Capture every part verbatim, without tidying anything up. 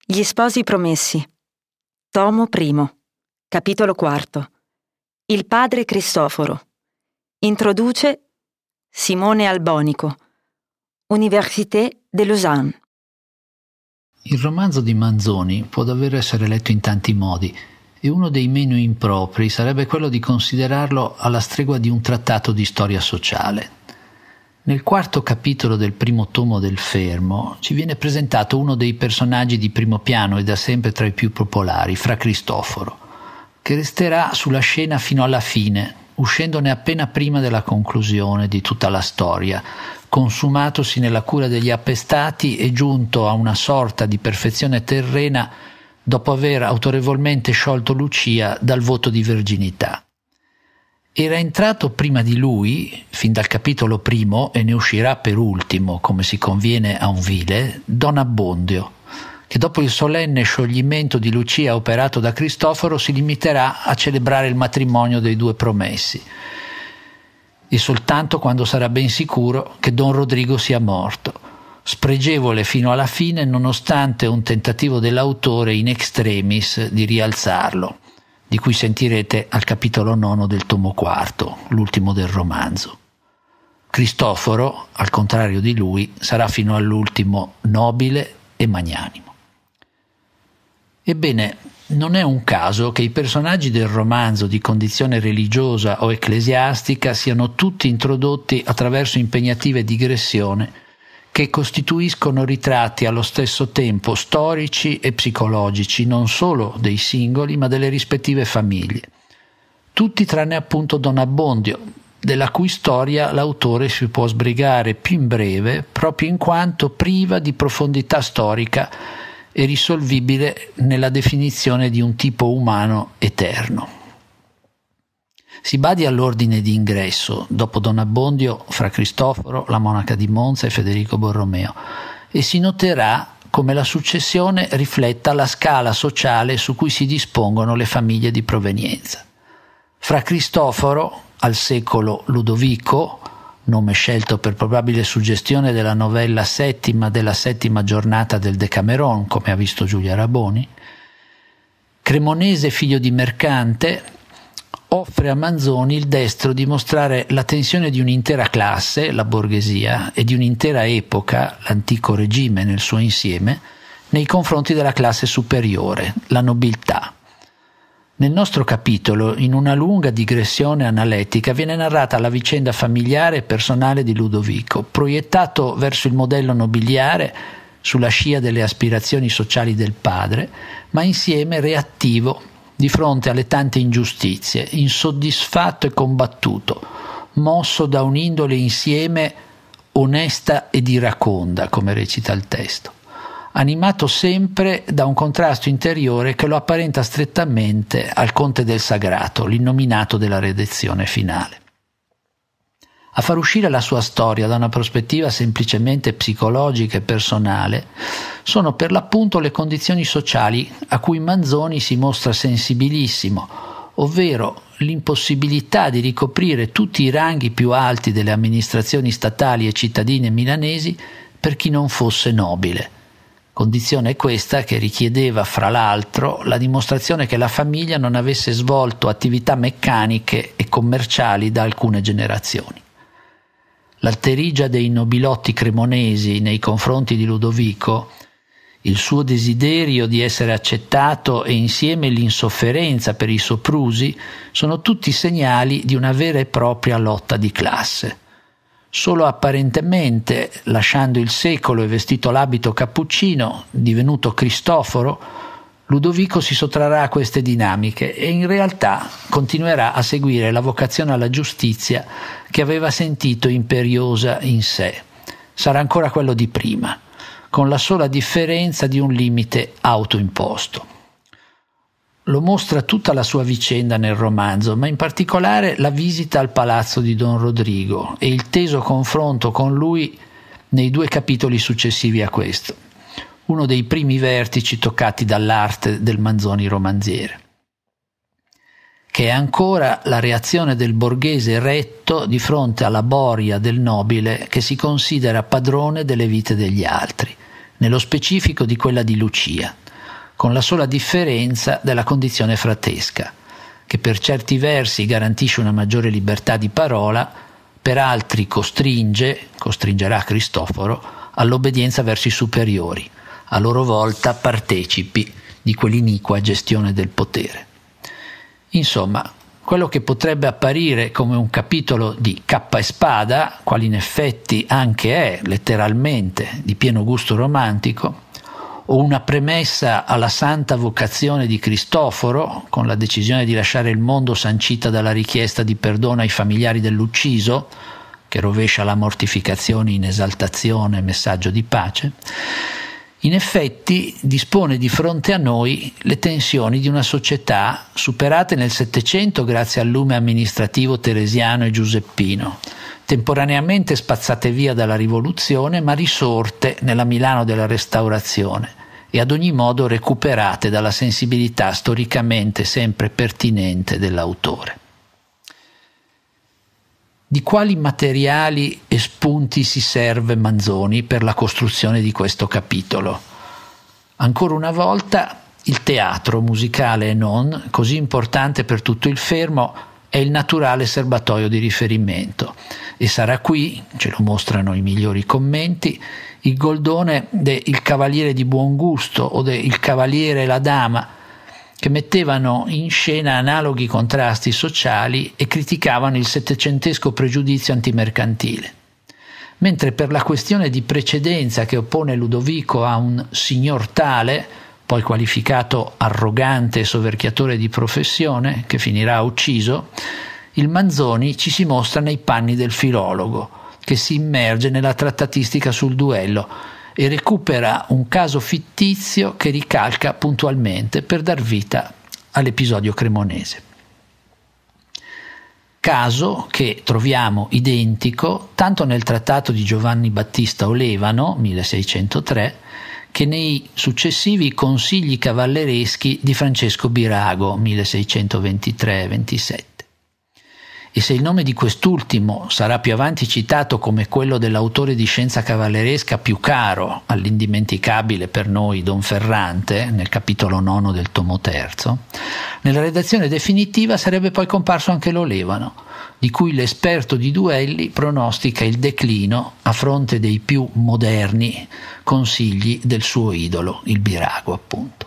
Gli sposi promessi. Tomo primo. Capitolo quarto. Il padre Cristoforo. Introduce Simone Albonico. Université de Lausanne. Il romanzo di Manzoni può davvero essere letto in tanti modi e uno dei meno impropri sarebbe quello di considerarlo alla stregua di un trattato di storia sociale. Nel quarto capitolo del primo tomo del Fermo ci viene presentato uno dei personaggi di primo piano e da sempre tra i più popolari, Fra Cristoforo, che resterà sulla scena fino alla fine, uscendone appena prima della conclusione di tutta la storia, consumatosi nella cura degli appestati e giunto a una sorta di perfezione terrena dopo aver autorevolmente sciolto Lucia dal voto di verginità. Era entrato prima di lui, fin dal capitolo primo, e ne uscirà per ultimo, come si conviene a un vile, Don Abbondio, che dopo il solenne scioglimento di Lucia operato da Cristoforo si limiterà a celebrare il matrimonio dei due promessi, e soltanto quando sarà ben sicuro che Don Rodrigo sia morto, spregevole fino alla fine nonostante un tentativo dell'autore in extremis di rialzarlo, di cui sentirete al capitolo nono del tomo quarto, l'ultimo del romanzo. Cristoforo, al contrario di lui, sarà fino all'ultimo nobile e magnanimo. Ebbene, non è un caso che i personaggi del romanzo di condizione religiosa o ecclesiastica siano tutti introdotti attraverso impegnative digressioni che costituiscono ritratti allo stesso tempo storici e psicologici, non solo dei singoli, ma delle rispettive famiglie. Tutti tranne appunto Don Abbondio, della cui storia l'autore si può sbrigare più in breve, proprio in quanto priva di profondità storica e risolvibile nella definizione di un tipo umano eterno. Si badi all'ordine di ingresso, dopo Don Abbondio, Fra Cristoforo, la monaca di Monza e Federico Borromeo, e si noterà come la successione rifletta la scala sociale su cui si dispongono le famiglie di provenienza. Fra Cristoforo, al secolo Ludovico, nome scelto per probabile suggestione della novella settima della settima giornata del Decameron, come ha visto Giulia Raboni, cremonese figlio di mercante, offre a Manzoni il destro di mostrare la tensione di un'intera classe, la borghesia, e di un'intera epoca, l'antico regime nel suo insieme, nei confronti della classe superiore, la nobiltà. Nel nostro capitolo, in una lunga digressione analitica, viene narrata la vicenda familiare e personale di Ludovico, proiettato verso il modello nobiliare, sulla scia delle aspirazioni sociali del padre, ma insieme reattivo di fronte alle tante ingiustizie, insoddisfatto e combattuto, mosso da un'indole insieme onesta ed iraconda, come recita il testo, animato sempre da un contrasto interiore che lo apparenta strettamente al Conte del Sagrato, l'innominato della redenzione finale. A far uscire la sua storia da una prospettiva semplicemente psicologica e personale sono per l'appunto le condizioni sociali a cui Manzoni si mostra sensibilissimo, ovvero l'impossibilità di ricoprire tutti i ranghi più alti delle amministrazioni statali e cittadine milanesi per chi non fosse nobile. Condizione questa che richiedeva, fra l'altro, la dimostrazione che la famiglia non avesse svolto attività meccaniche e commerciali da alcune generazioni. L'alterigia dei nobilotti cremonesi nei confronti di Ludovico, il suo desiderio di essere accettato e insieme l'insofferenza per i soprusi sono tutti segnali di una vera e propria lotta di classe. Solo apparentemente, lasciando il secolo e vestito l'abito cappuccino, divenuto Cristoforo, Ludovico si sottrarrà a queste dinamiche e in realtà continuerà a seguire la vocazione alla giustizia che aveva sentito imperiosa in sé. Sarà ancora quello di prima, con la sola differenza di un limite autoimposto. Lo mostra tutta la sua vicenda nel romanzo, ma in particolare la visita al palazzo di Don Rodrigo e il teso confronto con lui nei due capitoli successivi a questo, uno dei primi vertici toccati dall'arte del Manzoni romanziere, che è ancora la reazione del borghese retto di fronte alla boria del nobile che si considera padrone delle vite degli altri, nello specifico di quella di Lucia, con la sola differenza della condizione fratesca, che per certi versi garantisce una maggiore libertà di parola, per altri costringe, costringerà Cristoforo, all'obbedienza verso i superiori, a loro volta partecipi di quell'iniqua gestione del potere. Insomma, quello che potrebbe apparire come un capitolo di cappa e spada, qual in effetti anche è, letteralmente, di pieno gusto romantico, o una premessa alla santa vocazione di Cristoforo, con la decisione di lasciare il mondo sancita dalla richiesta di perdono ai familiari dell'ucciso, che rovescia la mortificazione in esaltazione e messaggio di pace, in effetti dispone di fronte a noi le tensioni di una società superate nel Settecento grazie al lume amministrativo teresiano e giuseppino, temporaneamente spazzate via dalla rivoluzione ma risorte nella Milano della Restaurazione e ad ogni modo recuperate dalla sensibilità storicamente sempre pertinente dell'autore. Di quali materiali e spunti si serve Manzoni per la costruzione di questo capitolo? Ancora una volta il teatro, musicale e non, così importante per tutto il Fermo, è il naturale serbatoio di riferimento e sarà qui, ce lo mostrano i migliori commenti, il goldone de Il Cavaliere di Buon Gusto o de Il Cavaliere e la Dama, che mettevano in scena analoghi contrasti sociali e criticavano il settecentesco pregiudizio antimercantile. Mentre per la questione di precedenza che oppone Ludovico a un signor tale, poi qualificato arrogante e soverchiatore di professione, che finirà ucciso, il Manzoni ci si mostra nei panni del filologo, che si immerge nella trattatistica sul duello e recupera un caso fittizio che ricalca puntualmente per dar vita all'episodio cremonese. Caso che troviamo identico tanto nel trattato di Giovanni Battista Olevano, milleseicentotre, che nei successivi consigli cavallereschi di Francesco Birago, milleseicentoventitré ventisette. E se il nome di quest'ultimo sarà più avanti citato come quello dell'autore di scienza cavalleresca più caro all'indimenticabile per noi Don Ferrante, nel capitolo nono del tomo terzo, nella redazione definitiva sarebbe poi comparso anche l'Olevano, di cui l'esperto di duelli pronostica il declino a fronte dei più moderni consigli del suo idolo, il Birago appunto.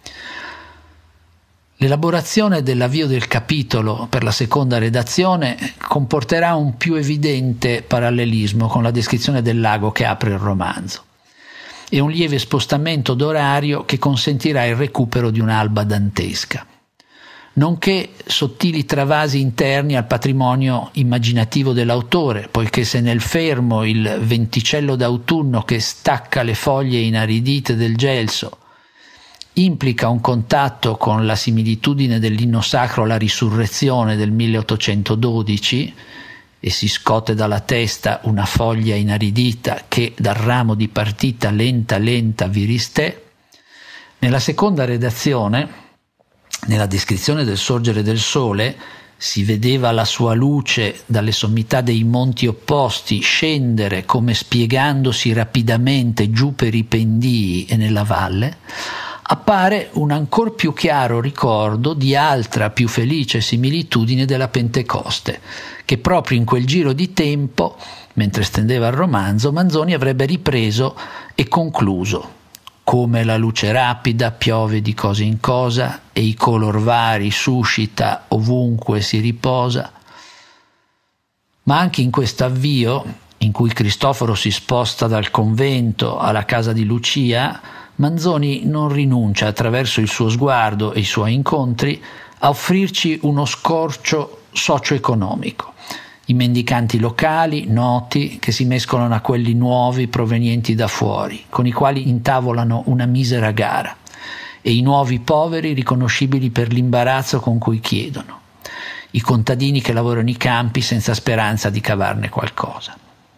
L'elaborazione dell'avvio del capitolo per la seconda redazione comporterà un più evidente parallelismo con la descrizione del lago che apre il romanzo e un lieve spostamento d'orario che consentirà il recupero di un'alba dantesca, nonché sottili travasi interni al patrimonio immaginativo dell'autore, poiché se nel Fermo il venticello d'autunno che stacca le foglie inaridite del gelso implica un contatto con la similitudine dell'inno sacro alla risurrezione del milleottocentododici e si scote dalla testa una foglia inaridita che dal ramo di partita lenta lenta vi ristè, nella seconda redazione, nella descrizione del sorgere del sole, si vedeva la sua luce dalle sommità dei monti opposti scendere come spiegandosi rapidamente giù per i pendii e nella valle, appare un ancor più chiaro ricordo di altra più felice similitudine della Pentecoste, che proprio in quel giro di tempo, mentre stendeva il romanzo, Manzoni avrebbe ripreso e concluso. Come la luce rapida piove di cosa in cosa e i color vari suscita ovunque si riposa. Ma anche in questo avvio, in cui Cristoforo si sposta dal convento alla casa di Lucia, Manzoni non rinuncia, attraverso il suo sguardo e i suoi incontri, a offrirci uno scorcio socio-economico. I mendicanti locali, noti, che si mescolano a quelli nuovi provenienti da fuori, con i quali intavolano una misera gara, e i nuovi poveri riconoscibili per l'imbarazzo con cui chiedono, i contadini che lavorano i campi senza speranza di cavarne qualcosa.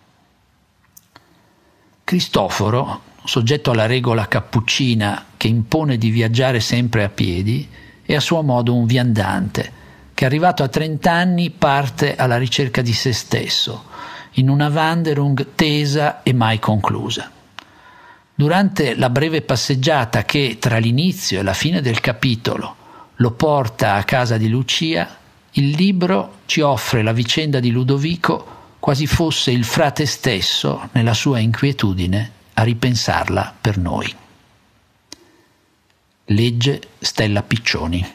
Cristoforo, soggetto alla regola cappuccina che impone di viaggiare sempre a piedi, è a suo modo un viandante che, arrivato a trent'anni, parte alla ricerca di se stesso in una Wanderung tesa e mai conclusa. Durante la breve passeggiata che tra l'inizio e la fine del capitolo lo porta a casa di Lucia, il libro ci offre la vicenda di Ludovico quasi fosse il frate stesso, nella sua inquietudine, a ripensarla per noi. Legge Stella Piccioni.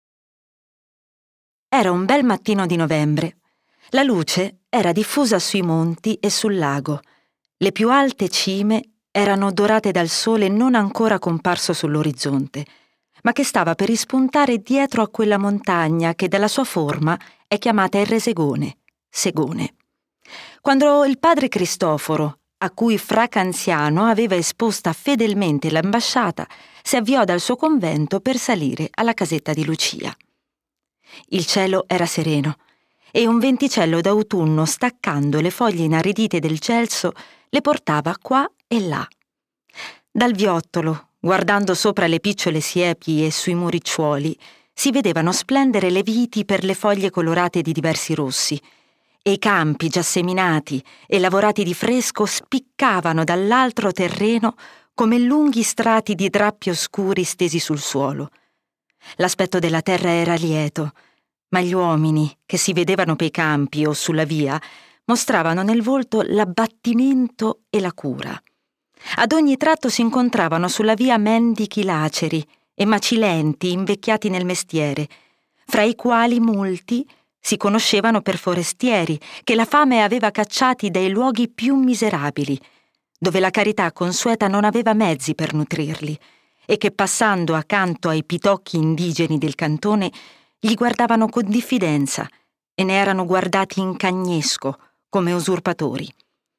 Era un bel mattino di novembre. La luce era diffusa sui monti e sul lago. Le più alte cime erano dorate dal sole non ancora comparso sull'orizzonte, ma che stava per rispuntare dietro a quella montagna che dalla sua forma è chiamata il Resegone, Segone. Quando il padre Cristoforo, a cui fra Canziano aveva esposta fedelmente l'ambasciata, si avviò dal suo convento per salire alla casetta di Lucia. Il cielo era sereno e un venticello d'autunno, staccando le foglie inaridite del gelso, le portava qua e là. Dal viottolo, guardando sopra le picciole siepi e sui muricciuoli, si vedevano splendere le viti per le foglie colorate di diversi rossi, e i campi già seminati e lavorati di fresco spiccavano dall'altro terreno come lunghi strati di drappi oscuri stesi sul suolo. L'aspetto della terra era lieto, ma gli uomini che si vedevano pei campi o sulla via mostravano nel volto l'abbattimento e la cura. Ad ogni tratto si incontravano sulla via mendichi laceri e macilenti invecchiati nel mestiere, fra i quali molti si conoscevano per forestieri che la fame aveva cacciati dai luoghi più miserabili, dove la carità consueta non aveva mezzi per nutrirli, e che passando accanto ai pitocchi indigeni del cantone gli guardavano con diffidenza e ne erano guardati in cagnesco come usurpatori.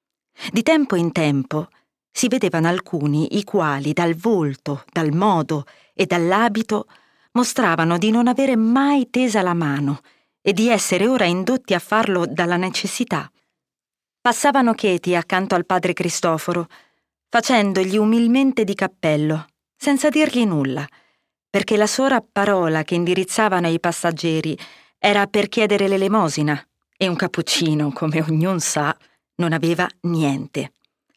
Di tempo in tempo si vedevano alcuni i quali dal volto, dal modo e dall'abito mostravano di non avere mai tesa la mano e di essere ora indotti a farlo dalla necessità. Passavano cheti accanto al padre Cristoforo, facendogli umilmente di cappello, senza dirgli nulla, perché la sola parola che indirizzavano ai passeggeri era per chiedere l'elemosina, e un cappuccino, come ognuno sa, non aveva niente.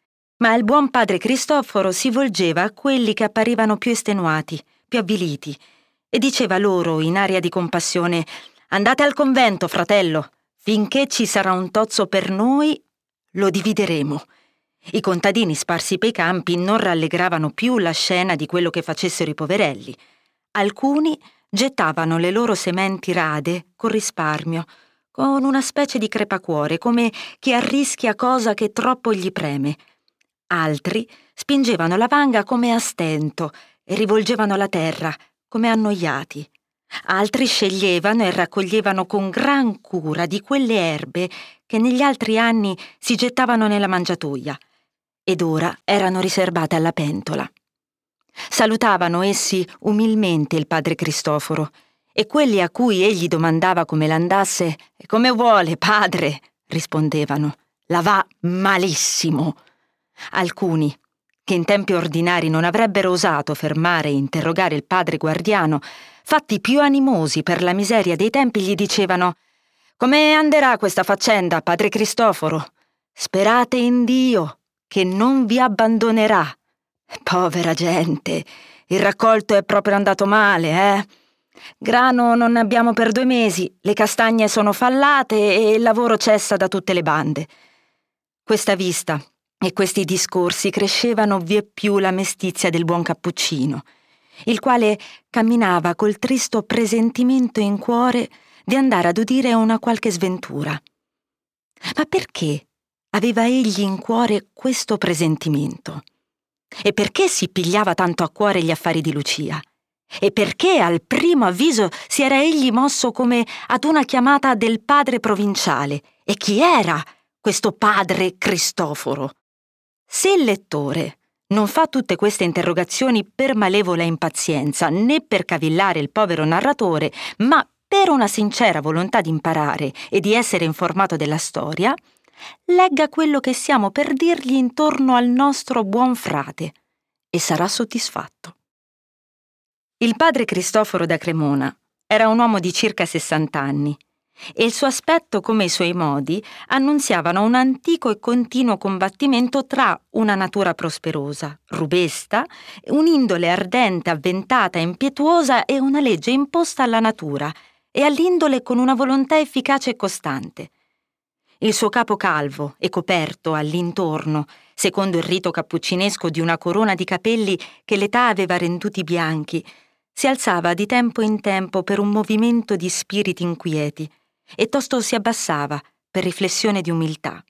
Ma il buon padre Cristoforo si volgeva a quelli che apparivano più estenuati, più avviliti, e diceva loro in aria di compassione: «Andate al convento, fratello, finché ci sarà un tozzo per noi, lo divideremo». I contadini sparsi pei campi non rallegravano più la scena di quello che facessero i poverelli. Alcuni gettavano le loro sementi rade con risparmio, con una specie di crepacuore, come chi arrischia cosa che troppo gli preme. Altri spingevano la vanga come a stento e rivolgevano la terra come annoiati. Altri sceglievano e raccoglievano con gran cura di quelle erbe che negli altri anni si gettavano nella mangiatoia ed ora erano riserbate alla pentola. Salutavano essi umilmente il padre Cristoforo e quelli a cui egli domandava come l'andasse «E come vuole, padre?» rispondevano «La va malissimo». Alcuni, che in tempi ordinari non avrebbero osato fermare e interrogare il padre guardiano, fatti più animosi per la miseria dei tempi, gli dicevano «Come anderà questa faccenda, padre Cristoforo? Sperate in Dio, che non vi abbandonerà. Povera gente, il raccolto è proprio andato male, eh? Grano non ne abbiamo per due mesi, le castagne sono fallate e il lavoro cessa da tutte le bande». Questa vista e questi discorsi crescevano vieppiù la mestizia del buon cappuccino, il quale camminava col tristo presentimento in cuore di andare ad udire una qualche sventura. Ma perché aveva egli in cuore questo presentimento? E perché si pigliava tanto a cuore gli affari di Lucia? E perché al primo avviso si era egli mosso come ad una chiamata del padre provinciale? E chi era questo padre Cristoforo? Se il lettore non fa tutte queste interrogazioni per malevola impazienza, né per cavillare il povero narratore, ma per una sincera volontà di imparare e di essere informato della storia, legga quello che siamo per dirgli intorno al nostro buon frate e sarà soddisfatto. Il padre Cristoforo da Cremona era un uomo di circa sessant'anni e il suo aspetto come i suoi modi annunziavano un antico e continuo combattimento tra una natura prosperosa, rubesta, un'indole ardente, avventata, impetuosa e una legge imposta alla natura e all'indole con una volontà efficace e costante. Il suo capo calvo e coperto all'intorno, secondo il rito cappuccinesco di una corona di capelli che l'età aveva renduti bianchi, si alzava di tempo in tempo per un movimento di spiriti inquieti e tosto si abbassava per riflessione di umiltà.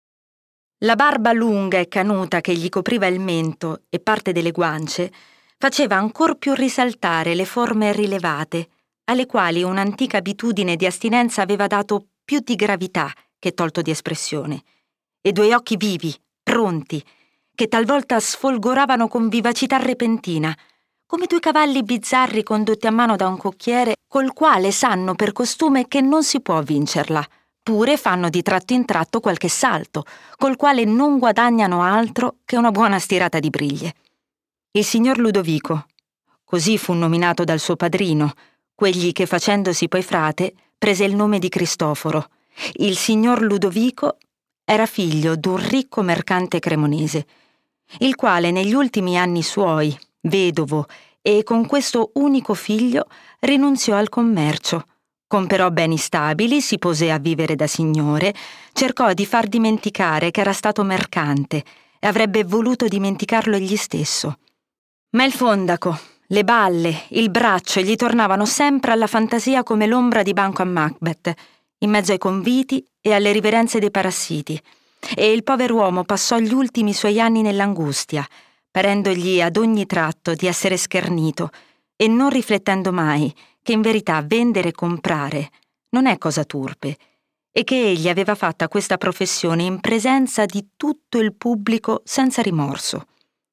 La barba lunga e canuta che gli copriva il mento e parte delle guance faceva ancor più risaltare le forme rilevate, alle quali un'antica abitudine di astinenza aveva dato più di gravità che tolto di espressione, e due occhi vivi, pronti, che talvolta sfolgoravano con vivacità repentina, come due cavalli bizzarri condotti a mano da un cocchiere col quale sanno per costume che non si può vincerla, pure fanno di tratto in tratto qualche salto, col quale non guadagnano altro che una buona stirata di briglie. Il signor Ludovico, così fu nominato dal suo padrino, quegli che facendosi poi frate prese il nome di Cristoforo. Il signor Ludovico era figlio d'un ricco mercante cremonese, il quale negli ultimi anni suoi, vedovo e con questo unico figlio, rinunziò al commercio, comperò beni stabili, si pose a vivere da signore, cercò di far dimenticare che era stato mercante e avrebbe voluto dimenticarlo egli stesso. Ma il fondaco, le balle, il braccio gli tornavano sempre alla fantasia come l'ombra di Banco a Macbeth, in mezzo ai conviti e alle riverenze dei parassiti, e il pover'uomo passò gli ultimi suoi anni nell'angustia, parendogli ad ogni tratto di essere schernito e non riflettendo mai che in verità vendere e comprare non è cosa turpe e che egli aveva fatta questa professione in presenza di tutto il pubblico senza rimorso.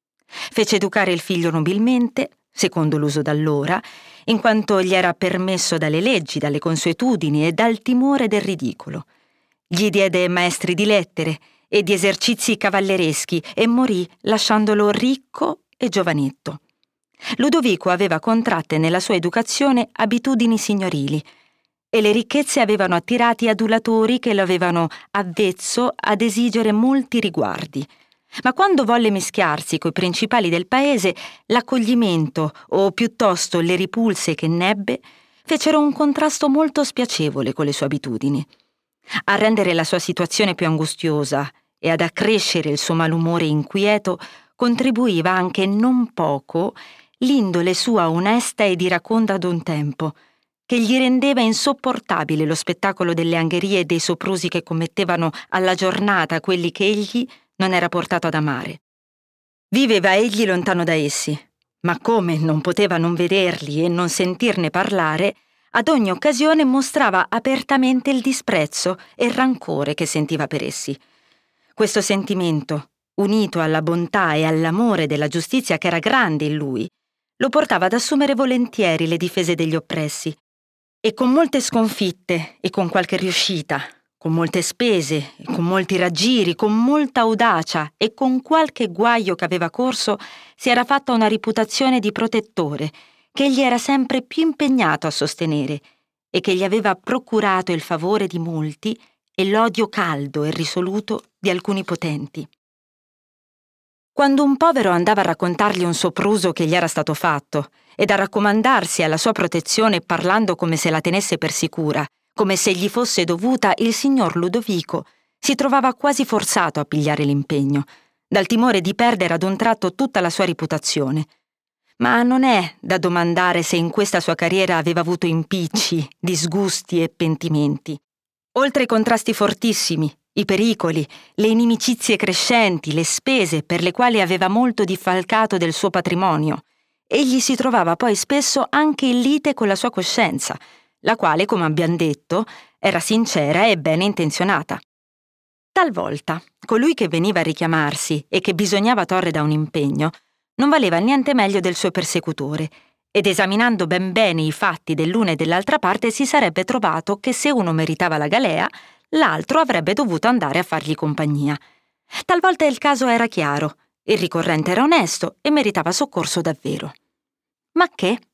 Fece educare il figlio nobilmente, secondo l'uso d'allora, in quanto gli era permesso dalle leggi, dalle consuetudini e dal timore del ridicolo. Gli diede maestri di lettere e di esercizi cavallereschi e morì lasciandolo ricco e giovanetto. Ludovico aveva contratte nella sua educazione abitudini signorili e le ricchezze avevano attirati adulatori che lo avevano avvezzo ad esigere molti riguardi. Ma quando volle mischiarsi coi principali del paese, l'accoglimento, o piuttosto le ripulse che nebbe, fecero un contrasto molto spiacevole con le sue abitudini. A rendere la sua situazione più angustiosa e ad accrescere il suo malumore inquieto contribuiva anche non poco l'indole sua onesta ed iraconda ad un tempo, che gli rendeva insopportabile lo spettacolo delle angherie e dei soprusi che commettevano alla giornata quelli che egli non era portato ad amare. Viveva egli lontano da essi, ma come non poteva non vederli e non sentirne parlare, ad ogni occasione mostrava apertamente il disprezzo e il rancore che sentiva per essi. Questo sentimento, unito alla bontà e all'amore della giustizia che era grande in lui, lo portava ad assumere volentieri le difese degli oppressi, e con molte sconfitte e con qualche riuscita, con molte spese, e con molti raggiri, con molta audacia e con qualche guaio che aveva corso, si era fatta una reputazione di protettore che egli era sempre più impegnato a sostenere e che gli aveva procurato il favore di molti e l'odio caldo e risoluto di alcuni potenti. Quando un povero andava a raccontargli un sopruso che gli era stato fatto ed a raccomandarsi alla sua protezione parlando come se la tenesse per sicura, come se gli fosse dovuta, il signor Ludovico si trovava quasi forzato a pigliare l'impegno, dal timore di perdere ad un tratto tutta la sua reputazione. Ma non è da domandare se in questa sua carriera aveva avuto impicci, disgusti e pentimenti. Oltre i contrasti fortissimi, i pericoli, le inimicizie crescenti, le spese per le quali aveva molto diffalcato del suo patrimonio, egli si trovava poi spesso anche in lite con la sua coscienza, la quale, come abbiamo detto, era sincera e bene intenzionata. Talvolta, colui che veniva a richiamarsi e che bisognava torre da un impegno, non valeva niente meglio del suo persecutore, ed esaminando ben bene i fatti dell'una e dell'altra parte si sarebbe trovato che se uno meritava la galea, l'altro avrebbe dovuto andare a fargli compagnia. Talvolta il caso era chiaro, il ricorrente era onesto e meritava soccorso davvero. Ma che?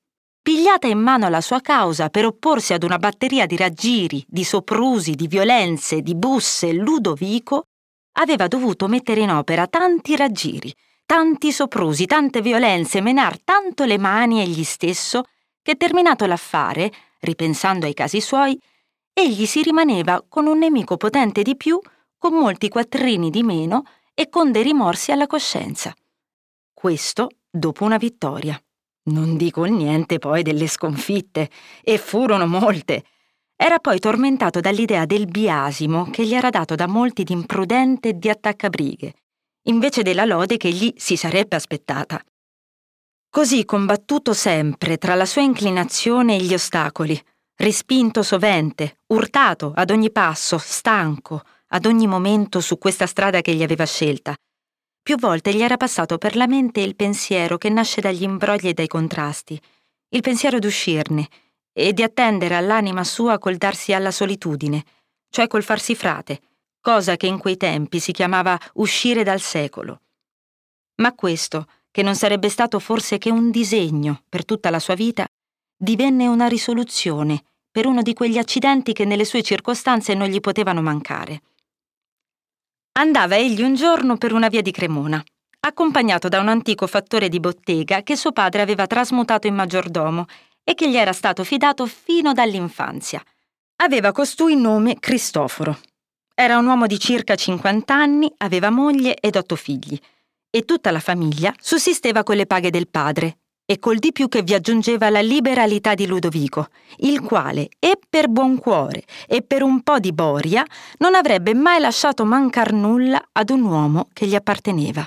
pigliata in mano la sua causa per opporsi ad una batteria di raggiri, di soprusi, di violenze, di busse, Ludovico aveva dovuto mettere in opera tanti raggiri, tanti soprusi, tante violenze, menar tanto le mani egli stesso, che terminato l'affare, ripensando ai casi suoi, egli si rimaneva con un nemico potente di più, con molti quattrini di meno e con dei rimorsi alla coscienza. Questo dopo una vittoria. Non dico niente poi delle sconfitte, e furono molte. Era poi tormentato dall'idea del biasimo che gli era dato da molti di imprudente e di attaccabrighe, invece della lode che gli si sarebbe aspettata. Così combattuto sempre tra la sua inclinazione e gli ostacoli, respinto sovente, urtato ad ogni passo, stanco, ad ogni momento su questa strada che gli aveva scelta, più volte gli era passato per la mente il pensiero che nasce dagli imbrogli e dai contrasti, il pensiero d'uscirne e di attendere all'anima sua col darsi alla solitudine, cioè col farsi frate, cosa che in quei tempi si chiamava uscire dal secolo. Ma questo, che non sarebbe stato forse che un disegno per tutta la sua vita, divenne una risoluzione per uno di quegli accidenti che nelle sue circostanze non gli potevano mancare. Andava egli un giorno per una via di Cremona, accompagnato da un antico fattore di bottega che suo padre aveva trasmutato in maggiordomo e che gli era stato fidato fino dall'infanzia. Aveva costui nome Cristoforo. Era un uomo di circa cinquant'anni, aveva moglie ed otto figli, e tutta la famiglia sussisteva con le paghe del padre, e col di più che vi aggiungeva la liberalità di Ludovico, il quale, e per buon cuore e per un po' di boria, non avrebbe mai lasciato mancar nulla ad un uomo che gli apparteneva.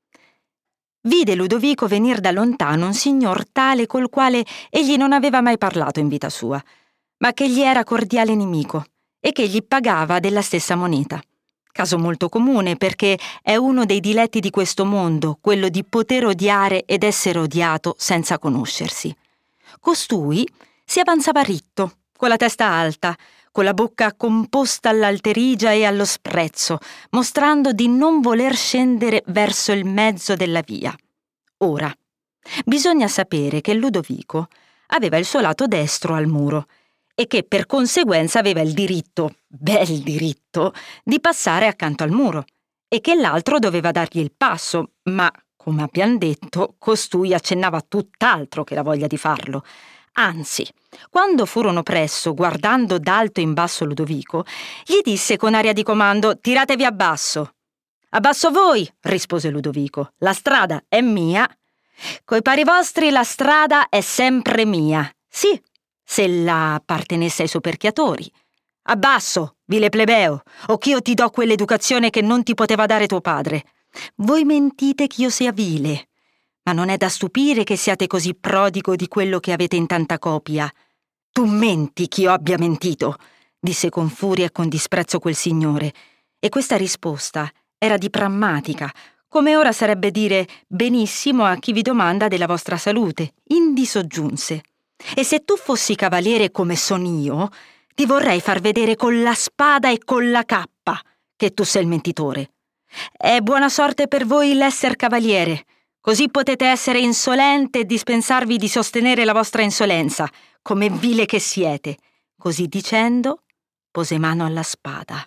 Vide Ludovico venir da lontano un signor tale col quale egli non aveva mai parlato in vita sua, ma che gli era cordiale nemico e che gli pagava della stessa moneta. Caso molto comune perché è uno dei diletti di questo mondo, quello di poter odiare ed essere odiato senza conoscersi. Costui si avanzava ritto, con la testa alta, con la bocca composta all'alterigia e allo sprezzo, mostrando di non voler scendere verso il mezzo della via. Ora, bisogna sapere che Ludovico aveva il suo lato destro al muro e che per conseguenza aveva il diritto, bel diritto, di passare accanto al muro e che l'altro doveva dargli il passo, ma, come abbiamo detto, costui accennava tutt'altro che la voglia di farlo. Anzi, quando furono presso, guardando d'alto in basso Ludovico, gli disse con aria di comando: «Tiratevi a basso». «Abbasso voi», rispose Ludovico, «la strada è mia». «Coi pari vostri la strada è sempre mia». «Sì, se la appartenesse ai soperchiatori». «Abbasso, vile plebeo, o ch'io ti do quell'educazione che non ti poteva dare tuo padre». «Voi mentite ch'io sia vile, ma non è da stupire che siate così prodigo di quello che avete in tanta copia». «Tu menti ch'io abbia mentito», disse con furia e con disprezzo quel signore, e questa risposta era di prammatica, come ora sarebbe dire benissimo a chi vi domanda della vostra salute, indi soggiunse: «E se tu fossi cavaliere come son io, ti vorrei far vedere con la spada e con la cappa che tu sei il mentitore. È buona sorte per voi l'esser cavaliere, così potete essere insolente e dispensarvi di sostenere la vostra insolenza, come vile che siete». Così dicendo, pose mano alla spada.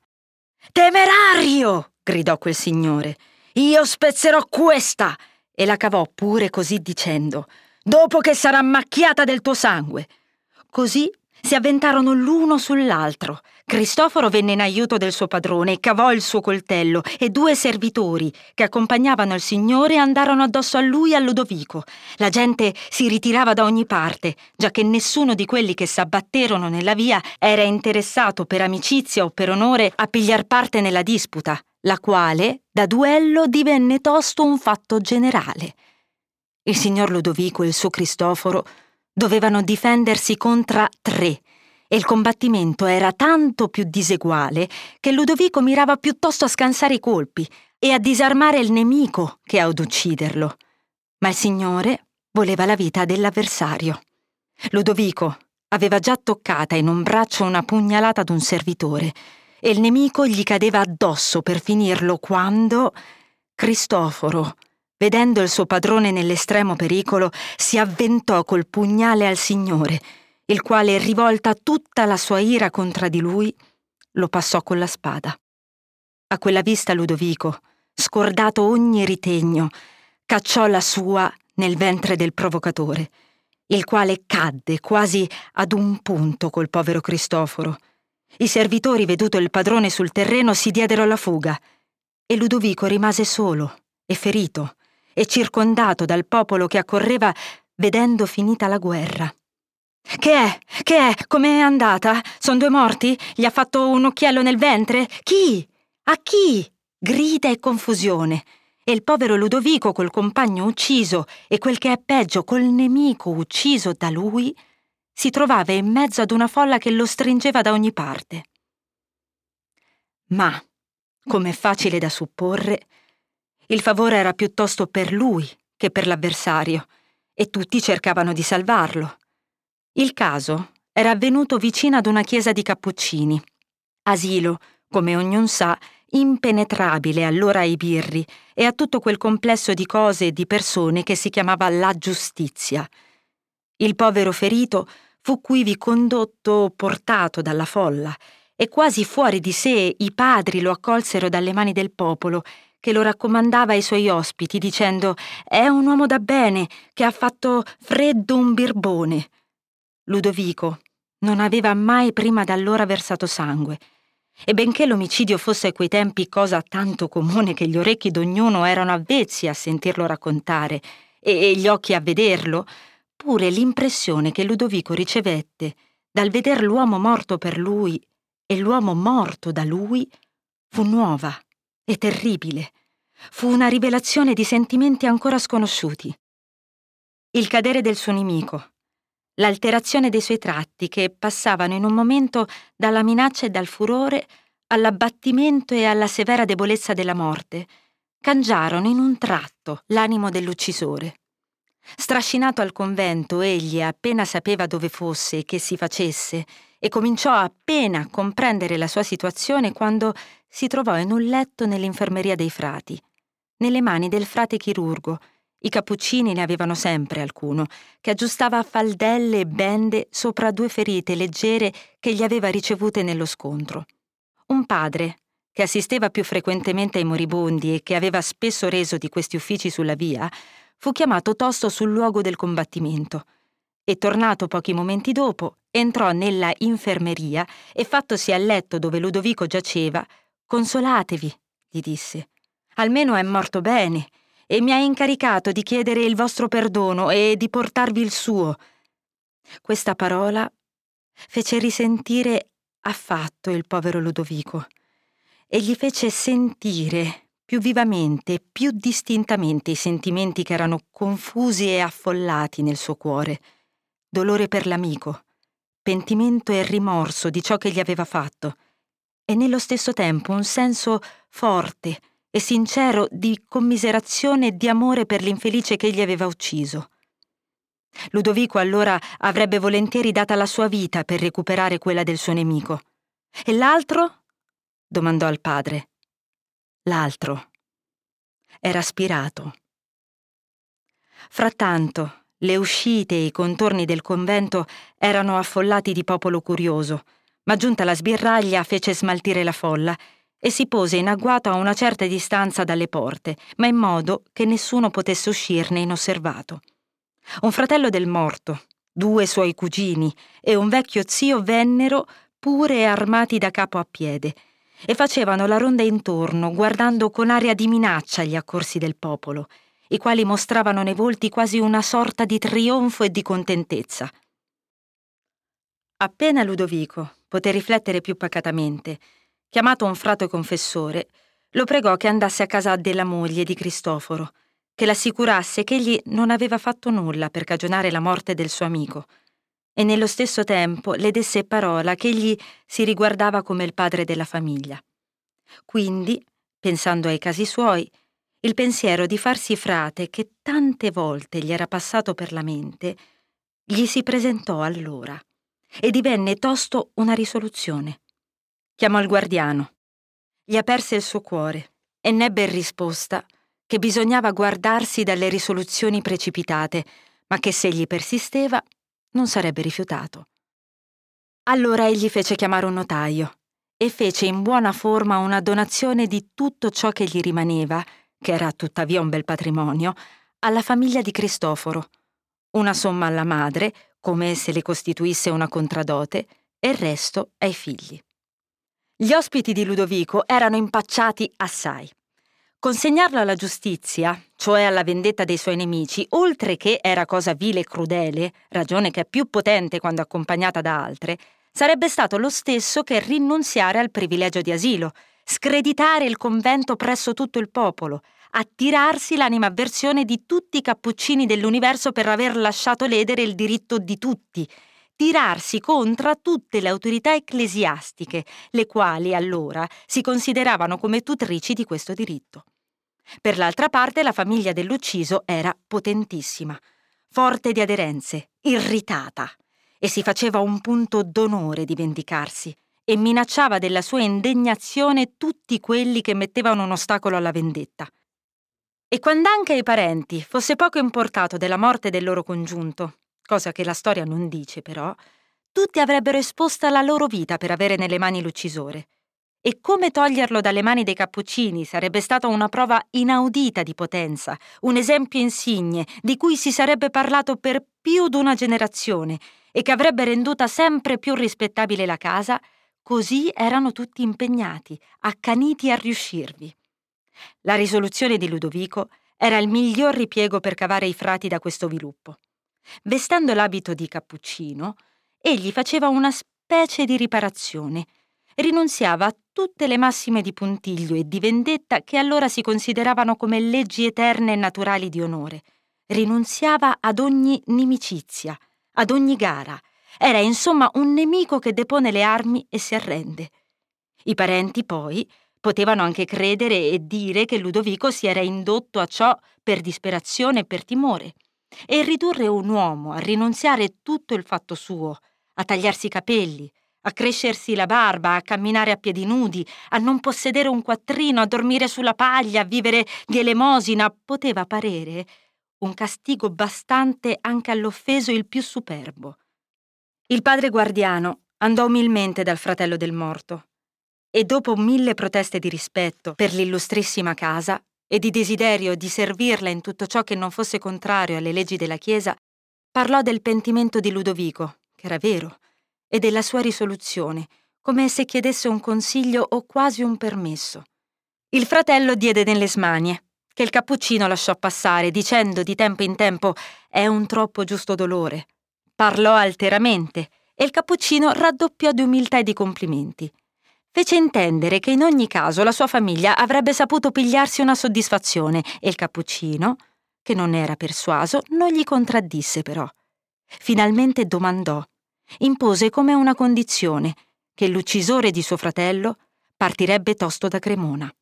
«Temerario!» gridò quel signore. «Io spezzerò questa!» e la cavò pure così dicendo, «dopo che sarà macchiata del tuo sangue». Così si avventarono l'uno sull'altro. Cristoforo venne in aiuto del suo padrone e cavò il suo coltello, e due servitori che accompagnavano il signore andarono addosso a lui e a Ludovico. La gente si ritirava da ogni parte, giacché nessuno di quelli che s'abbatterono nella via era interessato per amicizia o per onore a pigliar parte nella disputa, la quale da duello divenne tosto un fatto generale. Il signor Ludovico e il suo Cristoforo dovevano difendersi contra tre, e il combattimento era tanto più diseguale che Ludovico mirava piuttosto a scansare i colpi e a disarmare il nemico che ad ucciderlo. Ma il signore voleva la vita dell'avversario. Ludovico aveva già toccata in un braccio una pugnalata d'un servitore e il nemico gli cadeva addosso per finirlo quando Cristoforo, vedendo il suo padrone nell'estremo pericolo, si avventò col pugnale al Signore, il quale, rivolta tutta la sua ira contro di lui, lo passò con la spada. A quella vista Ludovico, scordato ogni ritegno, cacciò la sua nel ventre del provocatore, il quale cadde quasi ad un punto col povero Cristoforo. I servitori, veduto il padrone sul terreno, si diedero alla fuga e Ludovico rimase solo e ferito e circondato dal popolo che accorreva vedendo finita la guerra. «Che è? Che è? Com'è andata? Son due morti? Gli ha fatto un occhiello nel ventre? Chi? A chi?» Grida e confusione. E il povero Ludovico, col compagno ucciso e quel che è peggio, col nemico ucciso da lui, si trovava in mezzo ad una folla che lo stringeva da ogni parte. Ma, come è facile da supporre, il favore era piuttosto per lui che per l'avversario, e tutti cercavano di salvarlo. Il caso era avvenuto vicino ad una chiesa di Cappuccini, asilo, come ognuno sa, impenetrabile allora ai birri e a tutto quel complesso di cose e di persone che si chiamava la giustizia. Il povero ferito fu quivi condotto o portato dalla folla e quasi fuori di sé i padri lo accolsero dalle mani del popolo, che lo raccomandava ai suoi ospiti dicendo «È un uomo da bene che ha fatto freddo un birbone». Ludovico non aveva mai prima d'allora versato sangue, e benché l'omicidio fosse a quei tempi cosa tanto comune che gli orecchi d'ognuno erano avvezzi a sentirlo raccontare e gli occhi a vederlo, pure l'impressione che Ludovico ricevette dal veder l'uomo morto per lui e l'uomo morto da lui fu nuova e terribile. Fu una rivelazione di sentimenti ancora sconosciuti. Il cadere del suo nemico, l'alterazione dei suoi tratti che passavano in un momento dalla minaccia e dal furore all'abbattimento e alla severa debolezza della morte, cangiarono in un tratto l'animo dell'uccisore. Strascinato al convento, egli appena sapeva dove fosse e che si facesse, e cominciò appena a comprendere la sua situazione quando si trovò in un letto nell'infermeria dei frati, nelle mani del frate chirurgo. I cappuccini ne avevano sempre alcuno, che aggiustava faldelle e bende sopra due ferite leggere che gli aveva ricevute nello scontro. Un padre, che assisteva più frequentemente ai moribondi e che aveva spesso reso di questi uffici sulla via, fu chiamato tosto sul luogo del combattimento e, tornato pochi momenti dopo, entrò nella infermeria e, fattosi al letto dove Ludovico giaceva, «Consolatevi», gli disse, «almeno è morto bene e mi ha incaricato di chiedere il vostro perdono e di portarvi il suo». Questa parola fece risentire affatto il povero Ludovico e gli fece sentire più vivamente e più distintamente i sentimenti che erano confusi e affollati nel suo cuore: dolore per l'amico, pentimento e rimorso di ciò che gli aveva fatto, e nello stesso tempo un senso forte e sincero di commiserazione e di amore per l'infelice che egli aveva ucciso. Ludovico allora avrebbe volentieri data la sua vita per recuperare quella del suo nemico. «E l'altro?» domandò al padre. L'altro era spirato. Frattanto, le uscite e i contorni del convento erano affollati di popolo curioso, ma giunta la sbirraglia fece smaltire la folla e si pose in agguato a una certa distanza dalle porte, ma in modo che nessuno potesse uscirne inosservato. Un fratello del morto, due suoi cugini e un vecchio zio vennero pure armati da capo a piede e facevano la ronda intorno, guardando con aria di minaccia gli accorsi del popolo, i quali mostravano nei volti quasi una sorta di trionfo e di contentezza. Appena Ludovico poté riflettere più pacatamente, chiamato un frate confessore, lo pregò che andasse a casa della moglie di Cristoforo, che l'assicurasse che egli non aveva fatto nulla per cagionare la morte del suo amico, e nello stesso tempo le desse parola che egli si riguardava come il padre della famiglia. Quindi, pensando ai casi suoi, il pensiero di farsi frate, che tante volte gli era passato per la mente, gli si presentò allora e divenne tosto una risoluzione. Chiamò il guardiano, gli aperse il suo cuore e n'ebbe risposta che bisognava guardarsi dalle risoluzioni precipitate, ma che se egli persisteva non sarebbe rifiutato. Allora egli fece chiamare un notaio e fece in buona forma una donazione di tutto ciò che gli rimaneva, che era tuttavia un bel patrimonio, alla famiglia di Cristoforo, una somma alla madre, come se le costituisse una contradote, e il resto ai figli. Gli ospiti di Ludovico erano impacciati assai. Consegnarlo alla giustizia, cioè alla vendetta dei suoi nemici, oltre che era cosa vile e crudele, ragione che è più potente quando accompagnata da altre, sarebbe stato lo stesso che rinunziare al privilegio di asilo, screditare il convento presso tutto il popolo, attirarsi l'animaversione di tutti i cappuccini dell'universo per aver lasciato ledere il diritto di tutti, tirarsi contro tutte le autorità ecclesiastiche, le quali allora si consideravano come tutrici di questo diritto. Per l'altra parte la famiglia dell'ucciso era potentissima, forte di aderenze, irritata, e si faceva un punto d'onore di vendicarsi e minacciava della sua indegnazione tutti quelli che mettevano un ostacolo alla vendetta. E quand'anche ai parenti fosse poco importato della morte del loro congiunto, cosa che la storia non dice però, tutti avrebbero esposta la loro vita per avere nelle mani l'uccisore. E come toglierlo dalle mani dei cappuccini sarebbe stata una prova inaudita di potenza, un esempio insigne di cui si sarebbe parlato per più d'una generazione e che avrebbe renduta sempre più rispettabile la casa, così erano tutti impegnati, accaniti a riuscirvi. La risoluzione di Ludovico era il miglior ripiego per cavare i frati da questo viluppo. Vestendo l'abito di cappuccino, egli faceva una specie di riparazione, rinunziava a tutte le massime di puntiglio e di vendetta che allora si consideravano come leggi eterne e naturali di onore, rinunziava ad ogni nimicizia, ad ogni gara, era insomma un nemico che depone le armi e si arrende. I parenti poi potevano anche credere e dire che Ludovico si era indotto a ciò per disperazione e per timore, e ridurre un uomo a rinunziare tutto il fatto suo, a tagliarsi i capelli, a crescersi la barba, a camminare a piedi nudi, a non possedere un quattrino, a dormire sulla paglia, a vivere di elemosina, poteva parere un castigo bastante anche all'offeso il più superbo. Il padre guardiano andò umilmente dal fratello del morto e dopo mille proteste di rispetto per l'illustrissima casa e di desiderio di servirla in tutto ciò che non fosse contrario alle leggi della Chiesa, parlò del pentimento di Ludovico, che era vero, e della sua risoluzione, come se chiedesse un consiglio o quasi un permesso. Il fratello diede nelle smanie, che il cappuccino lasciò passare, dicendo di tempo in tempo «è un troppo giusto dolore». Parlò alteramente e il cappuccino raddoppiò di umiltà e di complimenti. Fece intendere che in ogni caso la sua famiglia avrebbe saputo pigliarsi una soddisfazione e il cappuccino, che non era persuaso, non gli contraddisse però. Finalmente domandò, impose come una condizione, che l'uccisore di suo fratello partirebbe tosto da Cremona.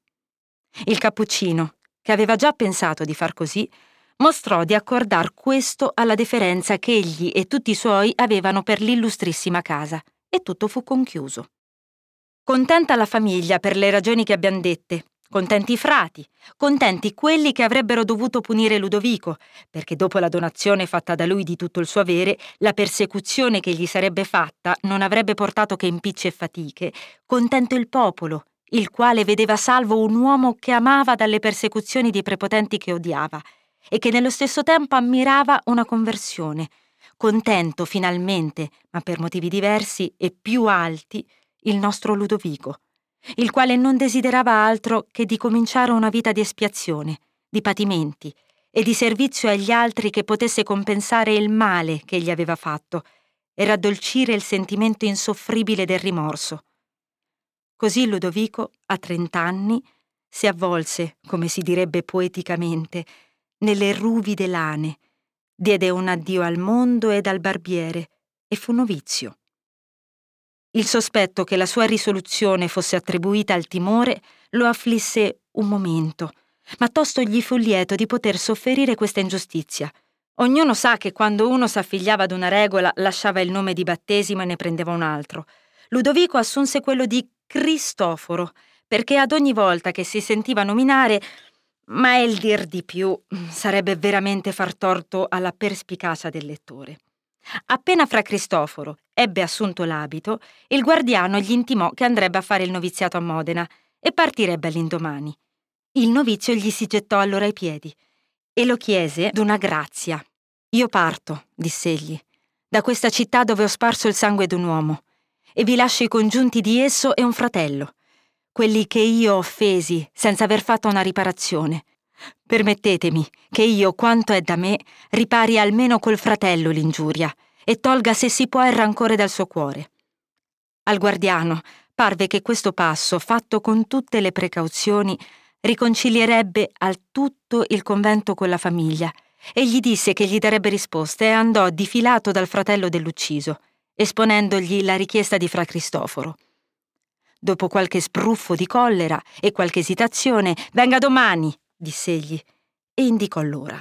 Il cappuccino, che aveva già pensato di far così, mostrò di accordar questo alla deferenza che egli e tutti i suoi avevano per l'illustrissima casa, e tutto fu conchiuso. Contenta la famiglia per le ragioni che abbiam dette, contenti i frati, contenti quelli che avrebbero dovuto punire Ludovico, perché dopo la donazione fatta da lui di tutto il suo avere, la persecuzione che gli sarebbe fatta non avrebbe portato che impicci e fatiche, contento il popolo, il quale vedeva salvo un uomo che amava dalle persecuzioni dei prepotenti che odiava, e che nello stesso tempo ammirava una conversione, contento finalmente, ma per motivi diversi e più alti, il nostro Ludovico, il quale non desiderava altro che di cominciare una vita di espiazione, di patimenti e di servizio agli altri che potesse compensare il male che egli aveva fatto e raddolcire il sentimento insoffribile del rimorso. Così Ludovico, a trent'anni, si avvolse, come si direbbe poeticamente, nelle ruvide lane, diede un addio al mondo ed al barbiere e fu novizio. Il sospetto che la sua risoluzione fosse attribuita al timore lo afflisse un momento, ma tosto gli fu lieto di poter sofferire questa ingiustizia. Ognuno sa che quando uno s'affigliava ad una regola lasciava il nome di battesimo e ne prendeva un altro. Ludovico assunse quello di Cristoforo, perché ad ogni volta che si sentiva nominare Ma il dir di più sarebbe veramente far torto alla perspicacia del lettore. Appena Fra Cristoforo ebbe assunto l'abito, il guardiano gli intimò che andrebbe a fare il noviziato a Modena e partirebbe all'indomani. Il novizio gli si gettò allora ai piedi e lo chiese d'una grazia. «Io parto», diss'egli, «da questa città dove ho sparso il sangue d'un uomo e vi lascio i congiunti di esso e un fratello, quelli che io ho offesi senza aver fatto una riparazione. Permettetemi che io, quanto è da me, ripari almeno col fratello l'ingiuria e tolga se si può il rancore dal suo cuore». Al guardiano parve che questo passo, fatto con tutte le precauzioni, riconcilierebbe al tutto il convento con la famiglia, e gli disse che gli darebbe risposta e andò difilato dal fratello dell'ucciso, esponendogli la richiesta di Fra Cristoforo. Dopo qualche sbruffo di collera e qualche esitazione, «Venga domani», diss'egli, e indicò l'ora.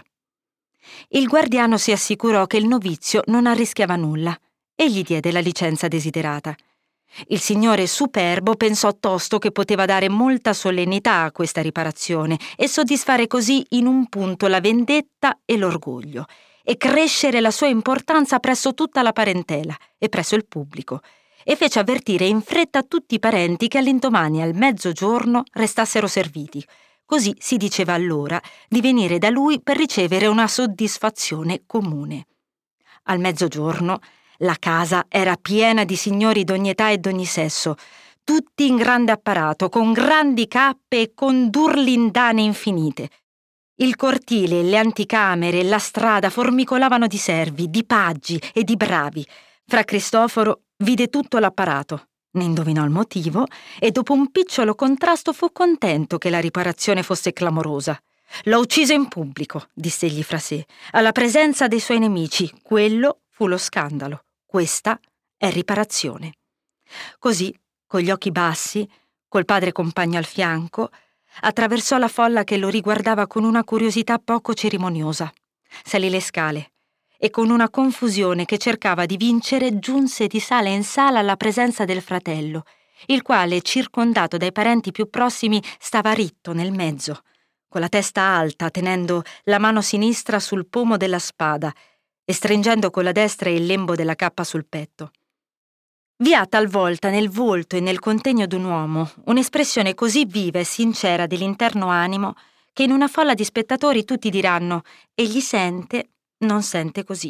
Il guardiano si assicurò che il novizio non arrischiava nulla e gli diede la licenza desiderata. Il signore superbo pensò tosto che poteva dare molta solennità a questa riparazione e soddisfare così in un punto la vendetta e l'orgoglio, e crescere la sua importanza presso tutta la parentela e presso il pubblico, e fece avvertire in fretta tutti i parenti che all'indomani al mezzogiorno restassero serviti. Così si diceva allora di venire da lui per ricevere una soddisfazione comune. Al mezzogiorno la casa era piena di signori d'ogni età e d'ogni sesso, tutti in grande apparato, con grandi cappe e con durlindane infinite. Il cortile, le anticamere e la strada formicolavano di servi, di paggi e di bravi. Fra Cristoforo vide tutto l'apparato, ne indovinò il motivo e dopo un picciolo contrasto fu contento che la riparazione fosse clamorosa. «L'ho ucciso in pubblico», diss'egli fra sé, «alla presenza dei suoi nemici. Quello fu lo scandalo. Questa è riparazione». Così, con gli occhi bassi, col padre compagno al fianco, attraversò la folla che lo riguardava con una curiosità poco cerimoniosa. Salì le scale e con una confusione che cercava di vincere giunse di sala in sala alla presenza del fratello, il quale, circondato dai parenti più prossimi, stava ritto nel mezzo, con la testa alta, tenendo la mano sinistra sul pomo della spada e stringendo con la destra il lembo della cappa sul petto. Vi ha talvolta nel volto e nel contegno d'un uomo un'espressione così viva e sincera dell'interno animo che in una folla di spettatori tutti diranno «egli sente, non sente così».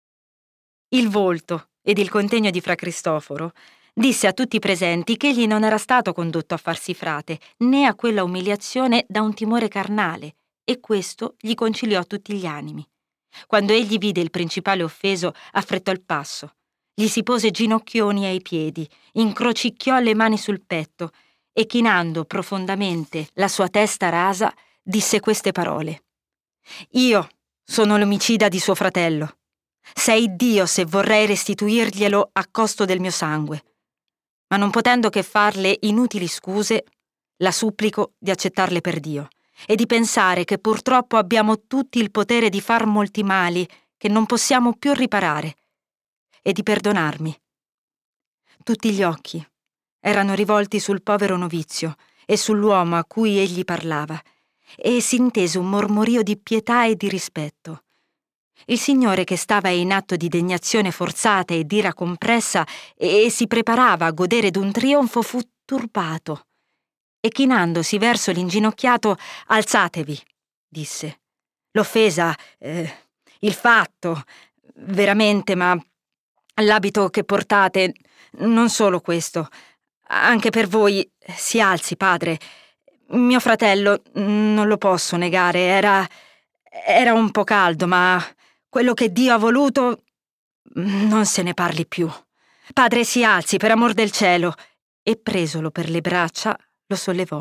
Il volto ed il contegno di Fra Cristoforo disse a tutti i presenti che egli non era stato condotto a farsi frate né a quella umiliazione da un timore carnale, e questo gli conciliò tutti gli animi. Quando egli vide il principale offeso, affrettò il passo, gli si pose ginocchioni ai piedi, incrocicchiò le mani sul petto e, chinando profondamente la sua testa rasa, disse queste parole: «Io sono l'omicida di suo fratello. Sei Dio se vorrei restituirglielo a costo del mio sangue. Ma non potendo che farle inutili scuse, la supplico di accettarle per Dio e di pensare che purtroppo abbiamo tutti il potere di far molti mali che non possiamo più riparare, e di perdonarmi». Tutti gli occhi erano rivolti sul povero novizio e sull'uomo a cui egli parlava, e si intese un mormorio di pietà e di rispetto. Il signore, che stava in atto di degnazione forzata e d'ira compressa e si preparava a godere d'un trionfo, fu turbato e, chinandosi verso l'inginocchiato: «Alzatevi», disse. «L'offesa, eh, il fatto, veramente, ma l'abito che portate, non solo questo, anche per voi, si alzi, padre. Mio fratello, non lo posso negare, era, era un po' caldo, ma quello che Dio ha voluto, non se ne parli più. Padre, si alzi, per amor del cielo», e presolo per le braccia lo sollevò.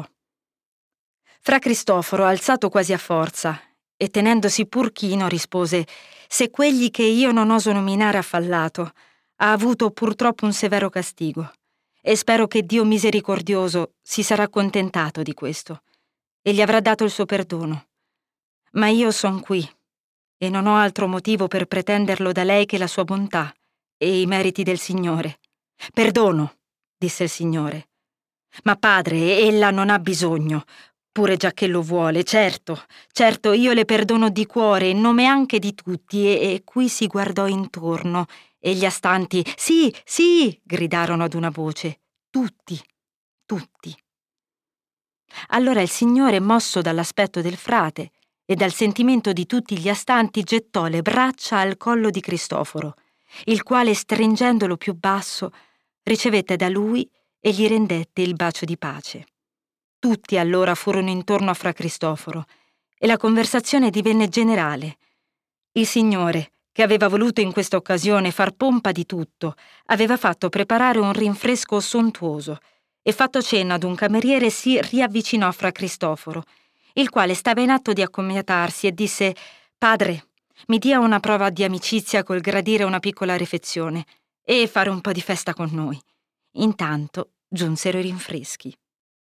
Fra Cristoforo, alzato quasi a forza e tenendosi pur chino, rispose: «Se quegli che io non oso nominare ha fallato, ha avuto purtroppo un severo castigo, e spero che Dio misericordioso si sarà accontentato di questo e gli avrà dato il suo perdono. Ma io son qui e non ho altro motivo per pretenderlo da lei che la sua bontà e i meriti del Signore». «Perdono», disse il Signore. «Ma padre, ella non ha bisogno. Pure giacché lo vuole, certo, certo, io le perdono di cuore, in nome anche di tutti, e, e qui si guardò intorno, e gli astanti, sì, sì, gridarono ad una voce, tutti, tutti. Allora il Signore, mosso dall'aspetto del frate e dal sentimento di tutti gli astanti, gettò le braccia al collo di Cristoforo, il quale, stringendolo più basso, ricevette da lui e gli rendette il bacio di pace. Tutti allora furono intorno a Fra Cristoforo e la conversazione divenne generale. Il Signore, che aveva voluto in questa occasione far pompa di tutto, aveva fatto preparare un rinfresco sontuoso e, fatto cenno ad un cameriere, si riavvicinò a Fra Cristoforo, il quale stava in atto di accomiatarsi, e disse: «Padre, mi dia una prova di amicizia col gradire una piccola refezione e fare un po' di festa con noi». Intanto giunsero i rinfreschi.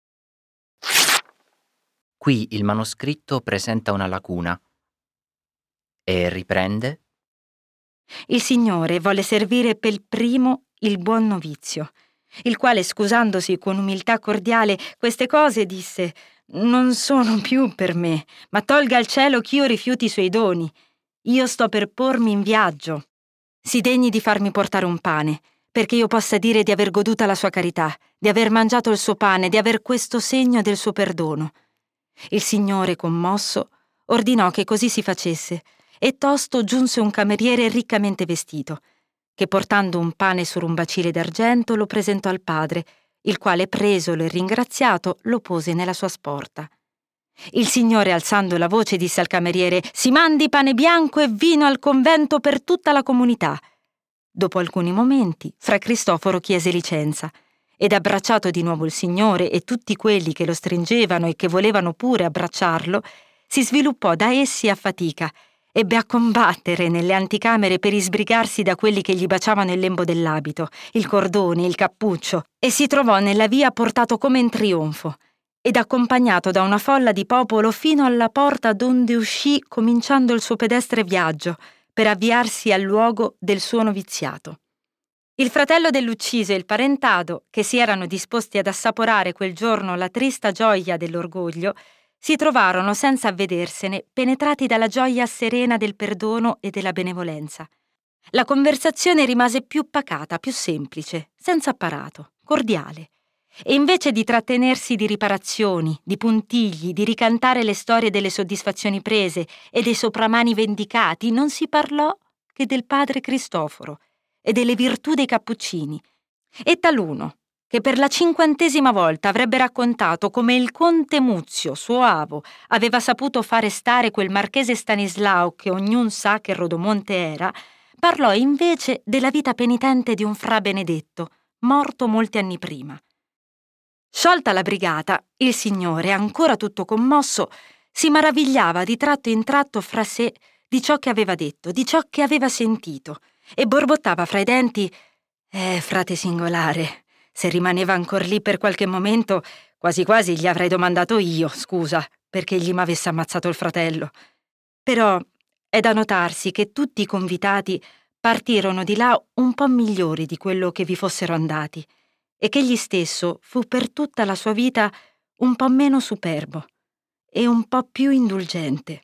Qui il manoscritto presenta una lacuna e riprende. Il Signore volle servire per primo il buon novizio, il quale, scusandosi con umiltà cordiale queste cose, disse: «Non sono più per me, ma tolga il cielo ch'io rifiuti i suoi doni. Io sto per pormi in viaggio. Si degni di farmi portare un pane, perché io possa dire di aver goduta la sua carità, di aver mangiato il suo pane, di aver questo segno del suo perdono». Il Signore, commosso, ordinò che così si facesse, e tosto giunse un cameriere riccamente vestito, che, portando un pane su un bacile d'argento, lo presentò al padre, il quale, presolo e ringraziato, lo pose nella sua sporta. Il Signore, alzando la voce, disse al cameriere: «Si mandi pane bianco e vino al convento per tutta la comunità». Dopo alcuni momenti, Fra Cristoforo chiese licenza, ed abbracciato di nuovo il Signore e tutti quelli che lo stringevano e che volevano pure abbracciarlo, si sviluppò da essi a fatica. Ebbe a combattere nelle anticamere per isbrigarsi da quelli che gli baciavano il lembo dell'abito, il cordone, il cappuccio, e si trovò nella via portato come in trionfo, ed accompagnato da una folla di popolo fino alla porta donde uscì, cominciando il suo pedestre viaggio per avviarsi al luogo del suo noviziato. Il fratello dell'ucciso e il parentado, che si erano disposti ad assaporare quel giorno la trista gioia dell'orgoglio, si trovarono, senza avvedersene, penetrati dalla gioia serena del perdono e della benevolenza. La conversazione rimase più pacata, più semplice, senza apparato, cordiale. E invece di trattenersi di riparazioni, di puntigli, di ricantare le storie delle soddisfazioni prese e dei sopramani vendicati, non si parlò che del padre Cristoforo e delle virtù dei cappuccini. E taluno, che per la cinquantesima volta avrebbe raccontato come il conte Muzio, suo avo, aveva saputo fare stare quel marchese Stanislao che ognun sa che Rodomonte era, parlò invece della vita penitente di un fra Benedetto, morto molti anni prima. Sciolta la brigata, il Signore, ancora tutto commosso, si maravigliava di tratto in tratto fra sé di ciò che aveva detto, di ciò che aveva sentito, e borbottava fra i denti: «Eh, frate singolare, se rimaneva ancor lì per qualche momento, quasi quasi gli avrei domandato io scusa perché egli m'avesse ammazzato il fratello». Però è da notarsi che tutti i convitati partirono di là un po' migliori di quello che vi fossero andati, e che egli stesso fu per tutta la sua vita un po' meno superbo e un po' più indulgente.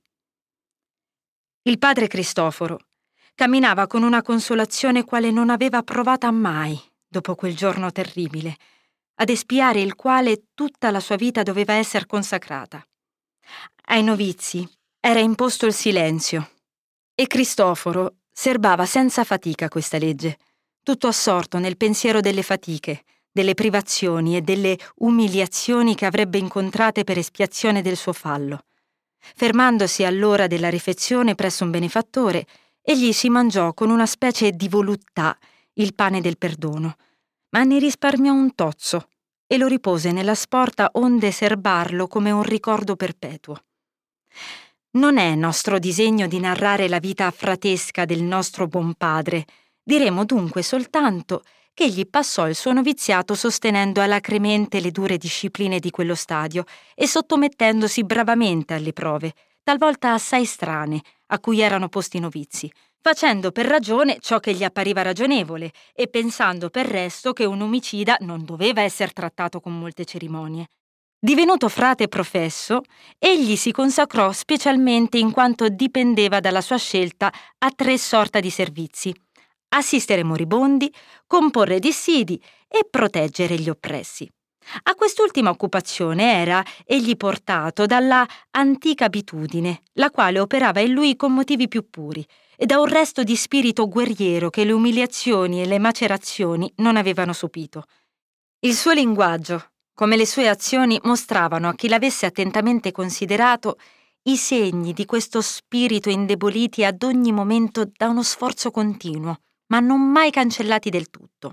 Il padre Cristoforo camminava con una consolazione quale non aveva provata mai dopo quel giorno terribile, ad espiare il quale tutta la sua vita doveva essere consacrata. Ai novizi era imposto il silenzio, e Cristoforo serbava senza fatica questa legge, tutto assorto nel pensiero delle fatiche, delle privazioni e delle umiliazioni che avrebbe incontrate per espiazione del suo fallo. Fermandosi all'ora della rifezione presso un benefattore, egli si mangiò con una specie di voluttà il pane del perdono, ma ne risparmiò un tozzo e lo ripose nella sporta onde serbarlo come un ricordo perpetuo. Non è nostro disegno di narrare la vita fratesca del nostro buon padre. Diremo dunque soltanto che egli passò il suo noviziato sostenendo alacremente le dure discipline di quello stadio e sottomettendosi bravamente alle prove, talvolta assai strane, a cui erano posti i novizi, facendo per ragione ciò che gli appariva ragionevole e pensando per resto che un omicida non doveva essere trattato con molte cerimonie. Divenuto frate professo, egli si consacrò specialmente in quanto dipendeva dalla sua scelta a tre sorta di servizi: assistere moribondi, comporre dissidi e proteggere gli oppressi. A quest'ultima occupazione era egli portato dalla antica abitudine, la quale operava in lui con motivi più puri, e da un resto di spirito guerriero che le umiliazioni e le macerazioni non avevano sopito. Il suo linguaggio, come le sue azioni, mostravano a chi l'avesse attentamente considerato i segni di questo spirito indeboliti ad ogni momento da uno sforzo continuo, ma non mai cancellati del tutto.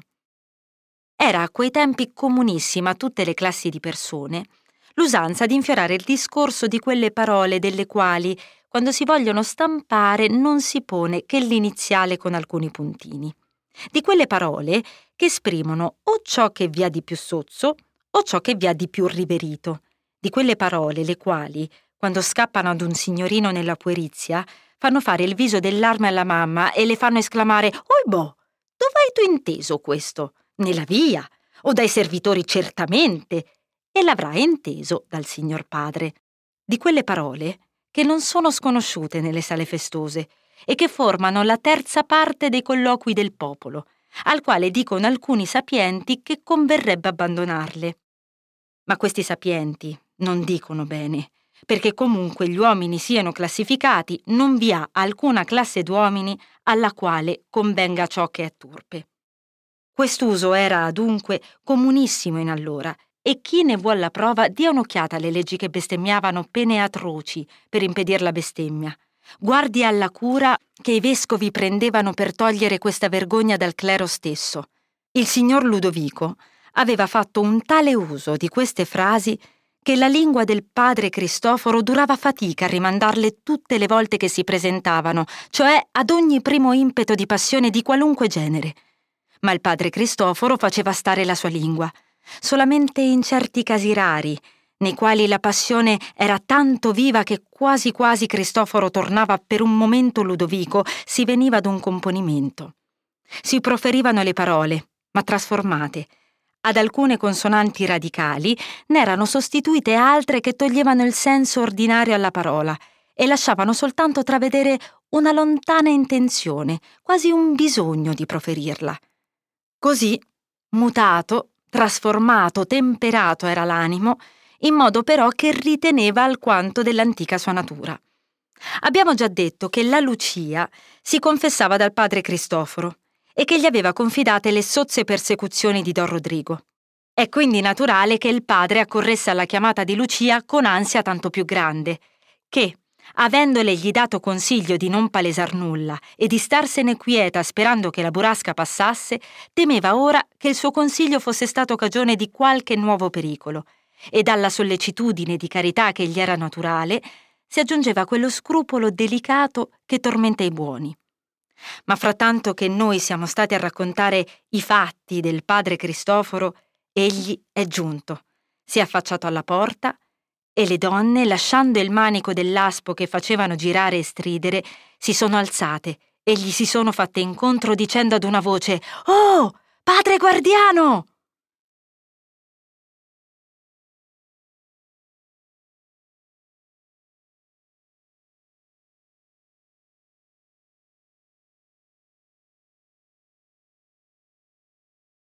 Era a quei tempi comunissima a tutte le classi di persone l'usanza di infiorare il discorso di quelle parole delle quali, quando si vogliono stampare, non si pone che l'iniziale con alcuni puntini. Di quelle parole che esprimono o ciò che vi ha di più sozzo o ciò che vi ha di più riverito. Di quelle parole le quali, quando scappano ad un signorino nella puerizia, fanno fare il viso dell'allarme alla mamma e le fanno esclamare «Oi boh, dove hai tu inteso questo? Nella via, o dai servitori certamente», e l'avrà inteso dal signor padre. Di quelle parole che non sono sconosciute nelle sale festose e che formano la terza parte dei colloqui del popolo, al quale dicono alcuni sapienti che converrebbe abbandonarle. Ma questi sapienti non dicono bene, perché comunque gli uomini siano classificati, non vi ha alcuna classe d'uomini alla quale convenga ciò che è turpe. Quest'uso era, dunque, comunissimo in allora, e chi ne vuol la prova dia un'occhiata alle leggi che bestemmiavano pene atroci per impedir la bestemmia. Guardi alla cura che i vescovi prendevano per togliere questa vergogna dal clero stesso. Il signor Ludovico aveva fatto un tale uso di queste frasi che la lingua del padre Cristoforo durava fatica a rimandarle tutte le volte che si presentavano, cioè ad ogni primo impeto di passione di qualunque genere. Ma il padre Cristoforo faceva stare la sua lingua. Solamente in certi casi rari, nei quali la passione era tanto viva che quasi quasi Cristoforo tornava per un momento Ludovico, si veniva ad un componimento. Si proferivano le parole, ma trasformate. Ad alcune consonanti radicali ne erano sostituite altre che toglievano il senso ordinario alla parola e lasciavano soltanto travedere una lontana intenzione, quasi un bisogno di proferirla. Così, mutato, trasformato, temperato era l'animo, in modo però che riteneva alquanto dell'antica sua natura. Abbiamo già detto che la Lucia si confessava dal padre Cristoforo e che gli aveva confidate le sozze persecuzioni di Don Rodrigo. È quindi naturale che il padre accorresse alla chiamata di Lucia con ansia tanto più grande, che, avendolegli dato consiglio di non palesar nulla e di starsene quieta sperando che la burrasca passasse, temeva ora che il suo consiglio fosse stato cagione di qualche nuovo pericolo, e dalla sollecitudine di carità che gli era naturale si aggiungeva quello scrupolo delicato che tormenta i buoni. Ma frattanto che noi siamo stati a raccontare i fatti del padre Cristoforo, egli è giunto, si è affacciato alla porta e le donne, lasciando il manico dell'aspo che facevano girare e stridere, si sono alzate e gli si sono fatte incontro dicendo ad una voce «Oh, padre guardiano!»